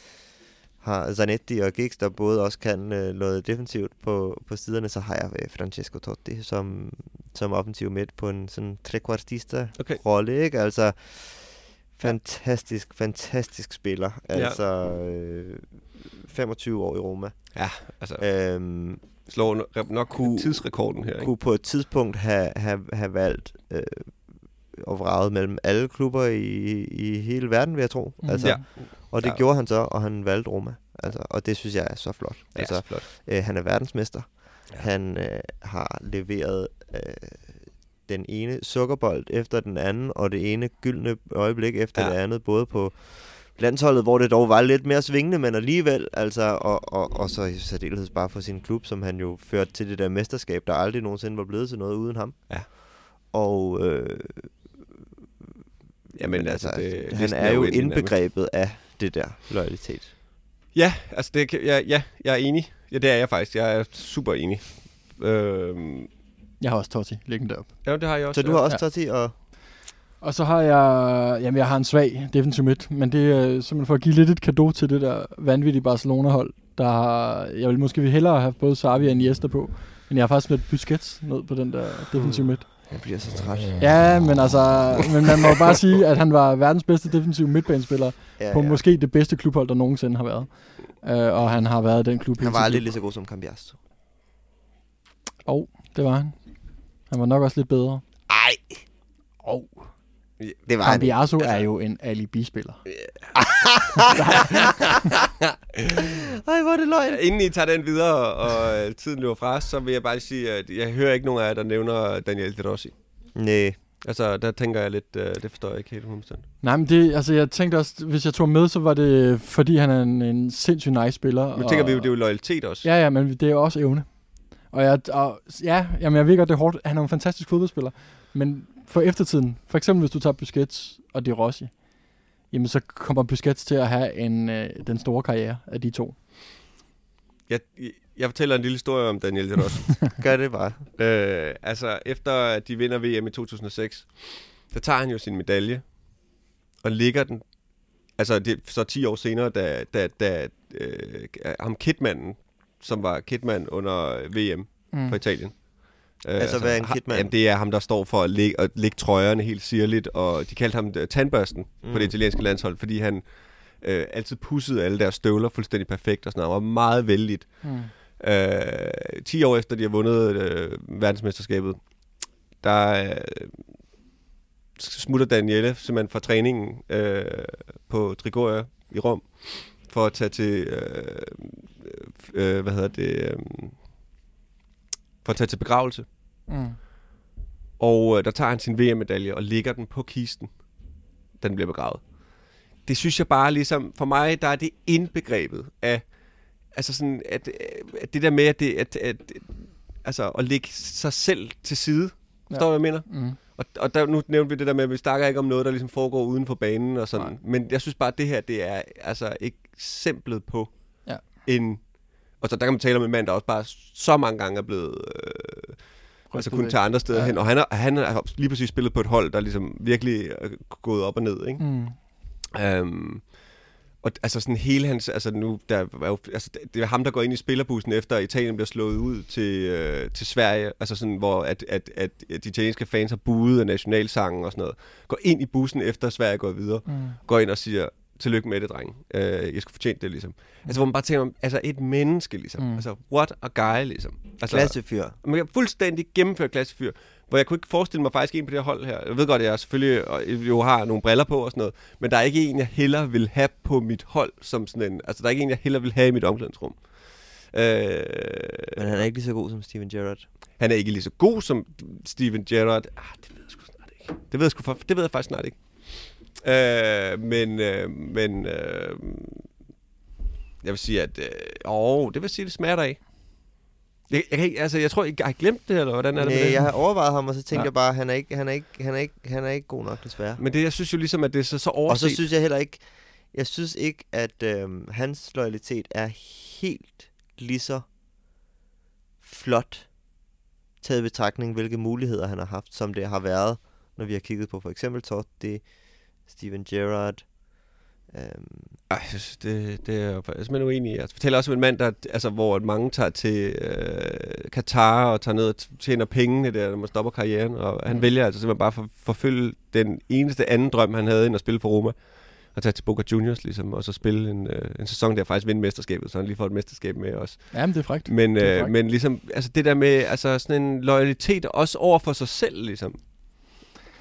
har Zanetti og Giggs, der både også kan øh, noget defensivt på, på siderne, så har jeg øh, Francesco Totti som, som offensiv midt på en sådan trequartista Okay. rolle, ikke? Altså, fantastisk, fantastisk spiller. Altså, øh, femogtyve år i Roma. Ja, altså, Øhm, slår nok, nok kunne- tidsrekorden her, ikke? kunne på et tidspunkt have, have, have valgt øh, og vraget mellem alle klubber i, i hele verden, vil jeg tro. Mm. Altså, Ja. og det Ja. gjorde han så, og han valgte Roma. Altså, og det synes jeg er så flot. Ja, altså, så flot. Øh, han er verdensmester. Ja. Han øh, har leveret øh, den ene sukkerbold efter den anden, og det ene gyldne øjeblik efter Ja. det andet, både på landsholdet, hvor det dog var lidt mere svingende, men alligevel, altså, og, og, og så i særdeleshed bare for sin klub, som han jo førte til det der mesterskab, der aldrig nogensinde var blevet til noget uden ham. Ja. Og øh, Jamen, altså, det, han listen er jo uendelig nærmest. indbegrebet af det der loyalitet. Ja, altså, det, kan- ja, ja, jeg er enig. Ja, det er jeg faktisk. Jeg er super enig. Øhm, Jeg har også Totti liggende deroppe. ja, det har jeg også. Så du har også Ja. Totti og... Og så har jeg, jamen jeg har en svag defensive midt, men det er simpelthen for at give lidt et cadeau til det der vanvittige Barcelona-hold, der har, jeg vil måske hellere have både Xavi og Iniesta på, men jeg har faktisk lidt Busquets ned på den der defensive midt. Jeg bliver så træt. Ja, men altså, men man må jo bare sige, at han var verdens bedste defensive midtbanespiller Ja, på ja. måske det bedste klubhold, der nogensinde har været. Uh, og han har været den klub. Han hele var sit aldrig liv. lige så god som Cambiasso. Og det var han. Han var nok også lidt bedre. Ej, Og det var han ikke. Cambiasso er jo en alibi-spiller. Ej, hvor er det løgn. Inden I tager den videre, og øh, tiden løber fra, så vil jeg bare sige, at jeg hører ikke nogen af jer, der nævner Daniel De Rossi. Nej. Altså, der tænker jeg lidt, øh, det forstår jeg ikke helt hundrede procent. Nej, men det, altså jeg tænkte også, hvis jeg tog med, så var det, fordi han er en, en sindssygt nice spiller. Nu tænker vi jo, det er jo loyalitet også. Ja, ja, men det er jo også evne. Og, jeg, og ja, jamen jeg ved godt, det er hårdt. Han er en fantastisk fodboldspiller. Men for eftertiden, for eksempel hvis du tager Busquets og De Rossi, jamen så kommer Busquets til at have en, øh, den store karriere af de to. Jeg, jeg fortæller en lille historie om Daniel De Rossi. Gør det bare. øh, altså, efter at de vinder V M i to tusind og seks, der tager han jo sin medalje, og lægger den, altså det, så ti år senere, da, da, da øh, ham Kidmanden, som var Kidman under V M Mm. for Italien. Øh, Altså, hvad er en ha- Kidman? Jamen, det er ham, der står for at lægge, at lægge trøjerne helt sirligt, og de kaldte ham uh, tandbørsten mm. på det italienske landshold, fordi han øh, altid pudsede alle deres støvler fuldstændig perfekt og sådan noget. Han var meget vældigt. Mm. Øh, ti år efter de har vundet øh, verdensmesterskabet, der øh, smutter Daniele simpelthen fra træningen øh, på Trigoria i Rom for at tage til øh, øh, hvad hedder det øh, for at tage til begravelse. Mm. Og øh, der tager han sin V M-medalje og lægger den på kisten, da den bliver begravet. Det synes jeg bare ligesom, for mig, der er det indbegrebet af, altså sådan, at, at det der med, at, det, at, at altså, at lægge sig selv til side. Forstår du, ja. Hvad jeg mener? Mm. Og, og der, nu nævnte vi det der med, at vi snakker ikke om noget, der ligesom foregår uden for banen og sådan. Nej. Men jeg synes bare, at det her, det er altså eksemplet på Ja. en... Og så der kan man tale om en mand, der også bare så mange gange er blevet... Øh, altså kun til andre steder ja. hen. Og han, er, han har lige præcis spillet på et hold, der ligesom virkelig er gået op og ned, ikke? Mm. Um, og altså sådan hele hans, altså nu, der var jo, altså det er ham, der går ind i spillerbussen efter Italien bliver slået ud til, øh, til Sverige, altså sådan, hvor at, at, at de italienske fans har buet af nationalsangen og sådan noget, går ind i bussen efter Sverige går videre, Mm. går ind og siger, tillykke med det, dreng. Øh, jeg skulle fortjene det, ligesom. Altså, hvor man bare tænker om, altså et menneske, ligesom. Mm. Altså, what a guy, ligesom. Altså, Klassefyr. man kan fuldstændig gennemføre klassefyr, hvor jeg kunne ikke forestille mig faktisk en på det her hold her. Jeg ved godt, at jeg selvfølgelig jo har nogle briller på og sådan noget, men der er ikke en, jeg hellere vil have på mit hold, som sådan en, altså der er ikke en, jeg hellere vil have i mit omklædningsrum. Øh, Men han er ikke lige så god som Steven Gerrard. han er ikke lige så god som Steven Gerrard. Ah, det ved jeg sgu snart ikke. Det ved jeg, sgu for, det ved jeg faktisk snart ikke. Øh, men, øh, men øh, jeg vil sige, at øh, åh, det vil sige, det smager der af. Jeg, jeg, kan ikke, altså, jeg tror, jeg har glemt det, eller hvordan er det Nej, med det? jeg har overvejet ham, og så tænkte Ja. jeg bare, han er ikke, han er ikke, han er ikke, han er ikke god nok, desværre. Men det, jeg synes jo ligesom, at det er så, så overset. Og så synes jeg heller ikke, jeg synes ikke, at øhm, hans loyalitet er helt lige så flot taget i betragtning, hvilke muligheder han har haft, som det har været, når vi har kigget på for eksempel Totti, Steven Gerrard. Øhm, Ej, jeg synes, det, det er jeg simpelthen uenig i. Jeg fortæller også om en mand, der, altså, hvor mange tager til øh, Katar og tager ned og tjener pengene der, når man stopper karrieren. Og han Mm. vælger altså simpelthen bare for forfølge den eneste anden drøm, han havde, end at spille for Roma. Og tage til Boca Juniors, ligesom, og så spille en, øh, en sæson der faktisk vinde mesterskabet, så han lige får et mesterskab med også. Jamen, det er frækt. Men, Det er øh, frækt. men ligesom, altså det der med altså sådan en loyalitet også over for sig selv, ligesom.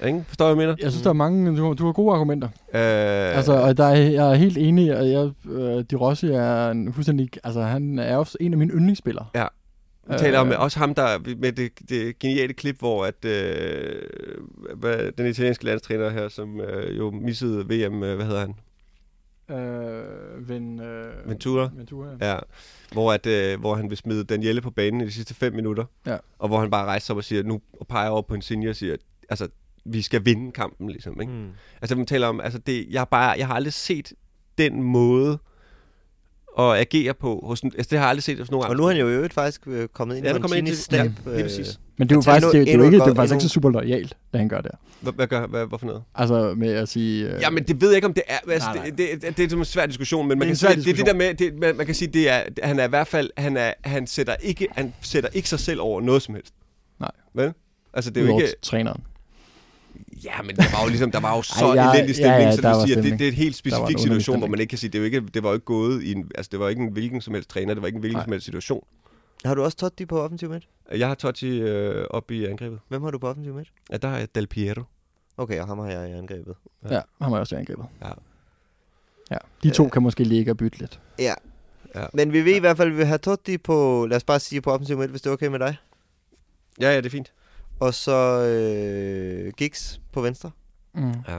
Ikke? Forstår du, hvad jeg mener? Jeg synes, der er mange... Du, du har gode argumenter. Øh, Altså, og der er, jeg er helt enig, og jeg, øh, De Rossi er en fuldstændig... Altså, han er også en af mine yndlingsspillere. Ja. Vi taler om også ham, der med det, det geniale klip, hvor at, øh, hvad, den italienske landstræner her, som øh, jo missede V M, øh, hvad hedder han? Øh, Ven, øh, Ventura. Ventura, Ja. Hvor, at, øh, hvor han vil smide Daniele på banen i de sidste fem minutter. Ja. Og hvor han bare rejser sig op og siger, nu og peger over på Insigne og siger, altså, vi skal vinde kampen, ligesom. Ikke? Mm. Altså, vi taler om, altså, det, jeg, bare, jeg har aldrig set den måde at agere på. Hos, altså, det har jeg aldrig set hos nogen Og nu er han jo i øvrigt faktisk øh, kommet ind Ja, i han kommer ind Mancinis til- stab. ja, lige præcis. Men det er jo Altså, faktisk, endnu- det, det er jo endnu ikke, et det er godt- faktisk ikke endnu- så super loyalt, det han gør der. Hvad, hvad gør, hvad, hvorfor noget? Altså med at sige... Øh, Ja, men det ved jeg ikke, om det er... Altså, Nej, nej. det, det, det, det er en svær diskussion, men man Det er kan en sige, svær at det, er det der med... Det, man, man kan sige, det er, han er i hvert fald... Han, er, han, sætter ikke, han sætter ikke sig selv over noget som helst. Nej. Vel? Altså, det er jo udover ikke... træneren. Ja, men der var jo ligesom... Der var jo så Ej, jeg- elendig stemning, ja, ja, så der du var siger, at det, stemning. det er et helt Der var en specifik underlig situation, hvor stemning. man ikke kan sige... Det, er jo ikke, det var jo ikke gået i en... Altså, det var ikke en hvilken som helst træner. Det var ikke en hvilken Nej. som helst situation. Har du også Totti på offensiv midt? Jeg har Totti øh, op i angrebet. Hvem har du på offensiv midt? Ja, der har jeg Del Piero. Okay, og ham har jeg i angrebet. Ja, han var også i angrebet. Ja. Ja, de to Øh. kan måske ligge og bytte lidt. Ja. Ja. Men vi ved i hvert fald, at vi vil have Totti på, lad os bare sige på offensiv midt, hvis det er okay med dig. Ja, ja, det er fint. Og så øh, Giggs på venstre. Mm. Ja.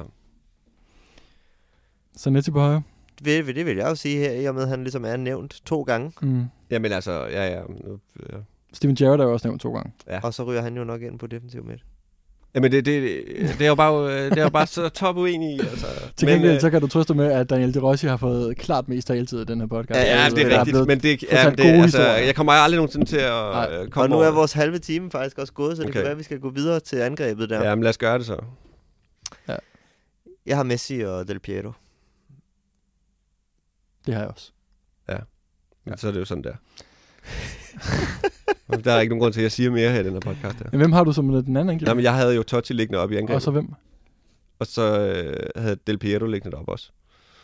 Så Netti på højre. Det, det vil jeg jo sige her, i og med at han ligesom er nævnt to gange. Mm. Jamen altså, ja, ja. nu- ja. Steven Gerrard er jo også nævnt to gange. Ja. Og så ryger han jo nok ind på defensiv midt. Jamen, det, det, det er jo bare, det er jo bare så top uenig i. Altså. Til Men, gengæld, øh, så kan du trøste med, at Daniel De Rossi har fået klart mest taletid i den her podcast. Ja, Ja, ja, det der er er rigtigt, blevet men det, ja, fortalt det gode altså, historier. jeg kommer aldrig nogensinde til at Nej. øh, Og komme nu er over. vores halve time faktisk også gået, så det Okay. kan være, at vi skal gå videre til angrebet der. Ja, men lad os gøre det så. Jeg har Messi og Del Piero. Det har jeg også. Men så er det jo sådan der. Der er ikke nogen grund til, at jeg siger mere her i den her podcast her. Men hvem har du som den anden angriber? Jamen, jeg havde jo Totti liggende op i angrebet. Og så hvem? Og så øh, havde Del Piero liggende op også.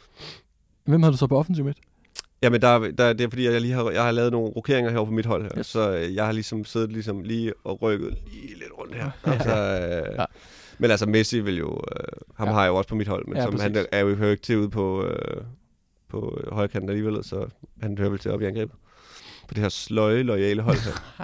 Hvem havde du så på offensiv midt? Jamen, der, der, det er fordi, jeg lige har, jeg har lavet nogle rokeringer herovre på mit hold her. Yes. Så øh, jeg har ligesom siddet ligesom lige og rykket lige lidt rundt her. Altså, øh, Ja. Men altså, Messi vil jo... Øh, ham Ja. har jeg jo også på mit hold, men Ja, som, han præcis. er jo hører ikke til ude på, øh, på højkanten alligevel, så han hører vel til op i angrebet. På det her sløje, loyale hold her.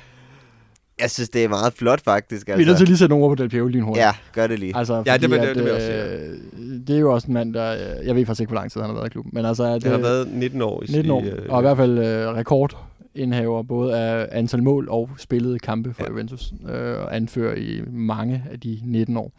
Jeg synes, det er meget flot faktisk. Vi er nødt til Altså. at lige sætte nogle ord på Del Piero lige hurtigt. Ja, gør det lige. Altså, Ja, det fordi vil- det- at, det vil jeg også øh, det er jo også en mand, der... øh, Jeg ved faktisk ikke, hvor lang tid han har været i klubben. Men altså, at, Det har øh, været nitten år. I, nitten år. I, øh, Og i hvert fald øh, rekordindhaver både af antal mål og spillede kampe for Ja. ja. Juventus. Øh, og anfører i mange af de nitten år.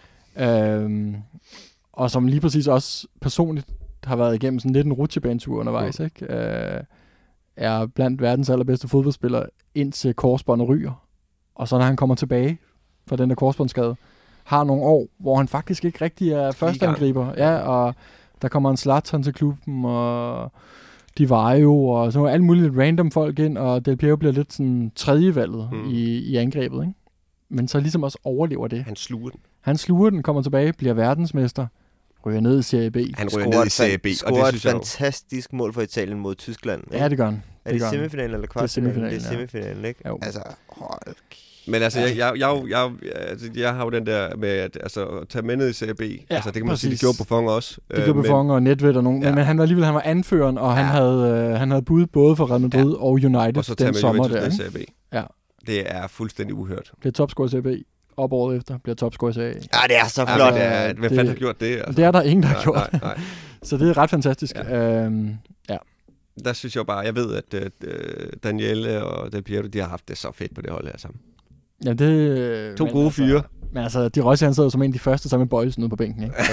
Øhm, og som lige præcis også personligt har været igennem sådan lidt en rutsjebanetur undervejs, Mm. ikke? Øh, er blandt verdens allerbedste fodboldspillere indtil korsbåndet ryger. Og så når han kommer tilbage fra den der korsbåndsskade, har nogle år, hvor han faktisk ikke rigtig er førsteangriber. Ja, og der kommer en Zlatan til klubben, og Di Vaio, og så er alle mulige lidt random folk ind, og Del Piero bliver lidt sådan tredjevalget Mm. mm. i, i angrebet, ikke? Men så ligesom også overlever det. Han sluger den. Han sluger den, kommer tilbage, bliver verdensmester, ryger ned i Serie B. Han ryger Scorer ned i et Serie B, fan- og scorer det et synes jeg jo. fantastisk mål for Italien mod Tyskland. Ja, det gør han. Er det gør han. semifinalen eller kvartfinalen? semifinalen, Det er ja. semifinalen, ikke? Jo. Altså, hold Men altså, jeg, jeg, jeg, jeg, jeg, altså, jeg har jo den der med at, altså, at tage med ned i Serie B. Ja, altså, det kan man sige, det præcis. gjorde Buffon også. Det gjorde men- Buffon og Nedved og nogen, Ja. ja. men han var alligevel han var anføreren, og han, Ja. havde, øh, han havde bud både for Real Madrid Ja. og United Og så tage den med sommer Juventus der. ned i Ikke? Serie B. Ja. Det er fuldstændig uhørt. Bliver topscorer i Serie B, op året efter, bliver topscorer i Serie A. Ja, det er så Ja, flot. men det er, hvem det- fanden har gjort det? Altså? Det er der ingen, der har nej, gjort. nej, nej. Så det er ret fantastisk. Ja. Ja. Øhm, ja. Der synes jeg bare, jeg ved, at uh, Daniele og Del Piero, de har haft det så fedt på det hold her sammen. ja, det... To men gode altså, fyre. Men altså, de Rossi, han sad jo som en af de første sammen med Bøjlesen ude på bænken, ikke?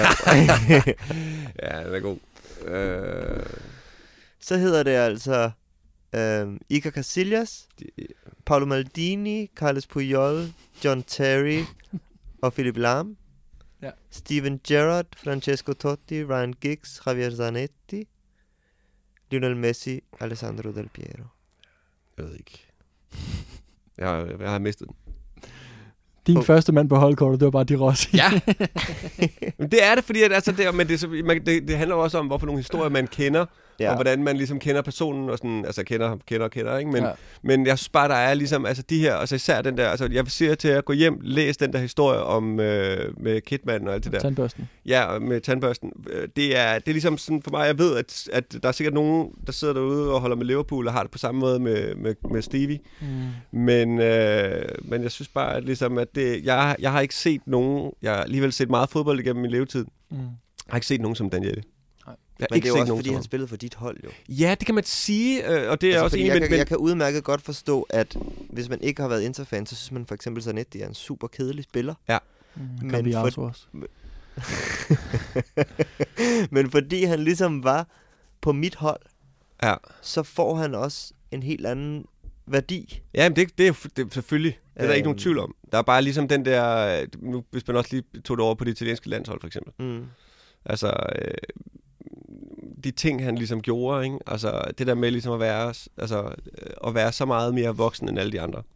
Ja, den er god. Uh, Så hedder det altså øhm, Iker Casillas, de, Paolo Maldini, Carles Puyol, John Terry og Philip Lahm. Ja. Steven Gerrard, Francesco Totti, Ryan Giggs, Javier Zanetti, Lionel Messi, Alessandro Del Piero. jeg ved ikke. Jeg, har- jeg har mistet den. Din Oh. første mand på holdkortet, det var bare de Rossi. Ja. Men det er det, fordi at, altså, det, er- men det, er så- man, det, det handler også om, hvorfor nogle historier man kender, Ja. Og hvordan man ligesom kender personen, og sådan, altså kender, kender, kender, ikke? Men, Ja. men jeg synes bare, der er ligesom, altså de her, altså især den der, altså jeg vil sige til at gå hjem, læs den der historie om, øh, med Kidman og alt det der. Tandbørsten. Ja, med tandbørsten. Det er, det er ligesom sådan for mig, jeg ved, at, at der er sikkert nogen, der sidder derude og holder med Liverpool, og har det på samme måde med, med, med Stevie. Mm. Men, øh, men jeg synes bare, at, ligesom, at det, jeg, jeg har ikke set nogen, jeg har alligevel set meget fodbold igennem min levetid. Mm. Jeg har ikke set nogen som Daniele. Jeg men det er jo også, fordi han spillede for dit hold, jo. Ja, det kan man sige, øh, og det er altså, også en, jeg, men, kan, men... jeg kan udmærket godt forstå, at hvis man ikke har været Inter-fan, så synes man for eksempel Zanetti er en super kedelig spiller. Ja. Mm, men, for... også. men fordi han ligesom var på mit hold, ja. så får han også en helt anden værdi. Ja, men det, det, er, det er selvfølgelig. Det er der øhm. ikke nogen tvivl om. Der er bare ligesom den der, nu, hvis man også lige tog det over på det italienske landshold, for eksempel. Mm. Altså... Øh, de ting, han ligesom gjorde, ikke? Altså, det der med ligesom at være, altså, at være så meget mere voksen end alle de andre.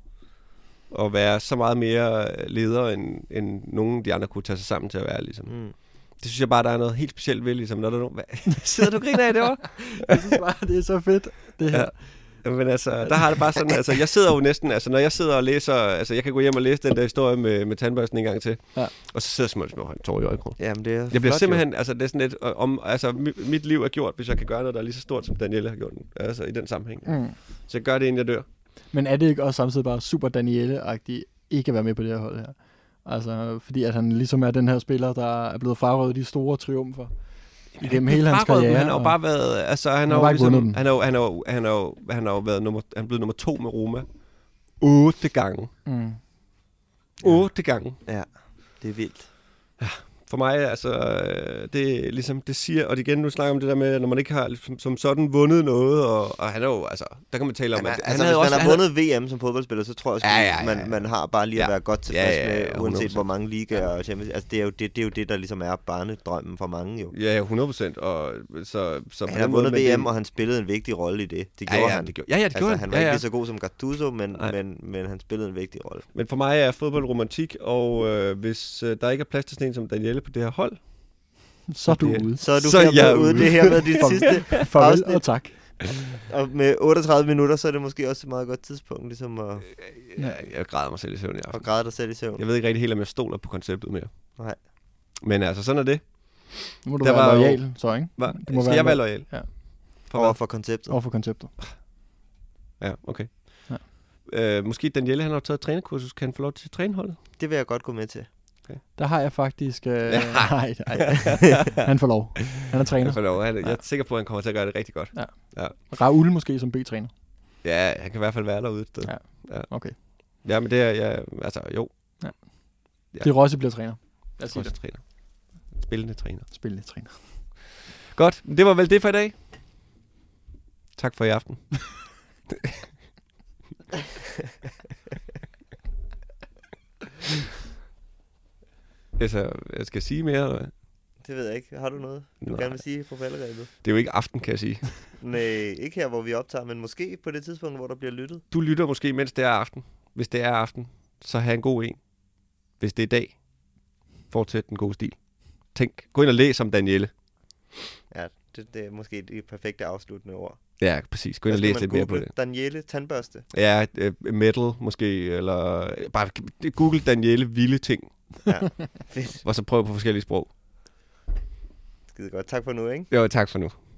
Og være så meget mere leder, end, end nogen af de andre kunne tage sig sammen til at være, ligesom. Mm. Det synes jeg bare, der er noget helt specielt ved, ligesom, når der er nogen... Sidder du og griner af det over? Jeg synes bare, det er så fedt, det her. Ja. Men altså, der har det bare sådan, altså, jeg sidder jo næsten, altså, når jeg sidder og læser, altså, jeg kan gå hjem og læse den der historie med, med tandbørsten en gang til, ja. Og så sidder jeg simpelthen med en tår i øjekrogen. Jamen, det er jeg bliver flot, simpelthen, jo. altså, det er sådan lidt, om, altså, mit liv er gjort, hvis jeg kan gøre noget, der er lige så stort, som Daniele har gjort, altså, i den sammenhæng. Mm. Så jeg gør det, inden jeg dør. Men er det ikke også samtidig bare super Daniele-agtigt, ikke at være med på det her hold her? Altså, fordi at han ligesom er den her spiller, der er blevet frarøvet de store triumfer. Igennem hele hans karriere. Han har jo bare været, altså han har jo ligesom, han har han har han har han har været nummer, han er blevet nummer to med Roma otte gange. Mm. Otte ja. gange. Ja, det er vildt. Ja. For mig, altså, det er ligesom, det siger, og igen, nu snakker om det der med, når man ikke har som, som sådan vundet noget, og, og han er jo, altså, der kan man tale om, ja, at altså, han havde hvis også, man har vundet havde... V M som fodboldspiller, så tror jeg, ja, ja, ja, ja. Man, man har bare lige at være ja. godt tilfreds ja, ja, ja, med, uanset hvor mange ligaer og Champions. Altså, det er, jo det, det er jo det, der ligesom er barnedrømmen for mange, jo. Ja, hundrede procent, og så... så han har vundet V M, og han spillede en vigtig rolle i det. Det gjorde ja, ja, han. Det gjorde, ja, ja, det gjorde altså, han. Han var ja, ja. ikke lige så god som Gattuso, men, men, men han spillede en vigtig rolle. Men for mig er fodbold romantik, og øh, hvis øh, der ikke er plads til sådan en som Daniele på det her hold, så er du ude. Så er du så jeg ude. Det her med dit sidste farvel afsnit. Og tak. Og med otteogtredive minutter, så er det måske også et meget godt tidspunkt, ligesom at... Ja, jeg græder mig selv i søvn i aften. Og græder dig selv i søvn. Jeg ved ikke rigtig helt, om jeg stoler på konceptet mere. Nej. Men altså, sådan er det. Nu må du der være lojal, jo... så ikke? Hva? Du må Skal være jeg være lojal? Ja. For Over for konceptet. Over for konceptet. Ja, okay. Ja. Øh, måske Daniele, han har taget trænerkursus, kan han få lov til at træne holdet? Det vil jeg godt gå med til. Okay. Der har jeg faktisk... Øh, ja. Nej, nej. Han får lov. Han er træner. Han får lov. Han, jeg er sikker på, at han kommer til at gøre det rigtig godt. Ja. Ja. Raul måske som B-træner. Ja, han kan i hvert fald være derude et sted. Ja, ja. Okay. Ja, men det er... Ja, altså, jo. Ja. Ja. Det er Rossi bliver træner. Lad os sige det. Træner. Spillende træner. Spillende træner. Godt. Det var vel det for i dag. Tak for i aften. Altså, jeg skal sige mere, eller hvad? Det ved jeg ikke. Har du noget, du Nej. gerne vil sige på falderebet? Det er jo ikke aften, kan jeg sige. Nej, ikke her, hvor vi optager, men måske på det tidspunkt, hvor der bliver lyttet. Du lytter måske, mens det er aften. Hvis det er aften, så have en god en. Hvis det er dag, fortsæt den gode stil. Tænk, gå ind og læs om Daniele. Ja, det, det er måske de perfekte afsluttende ord. Ja, præcis. Gå ind og læs lidt mere på det. Daniele tandbørste? Ja, uh, metal måske, eller bare google Daniele vilde ting. Ja, fedt. Og så prøv på forskellige sprog. Skide godt. Tak for nu, ikke? Jo, tak for nu.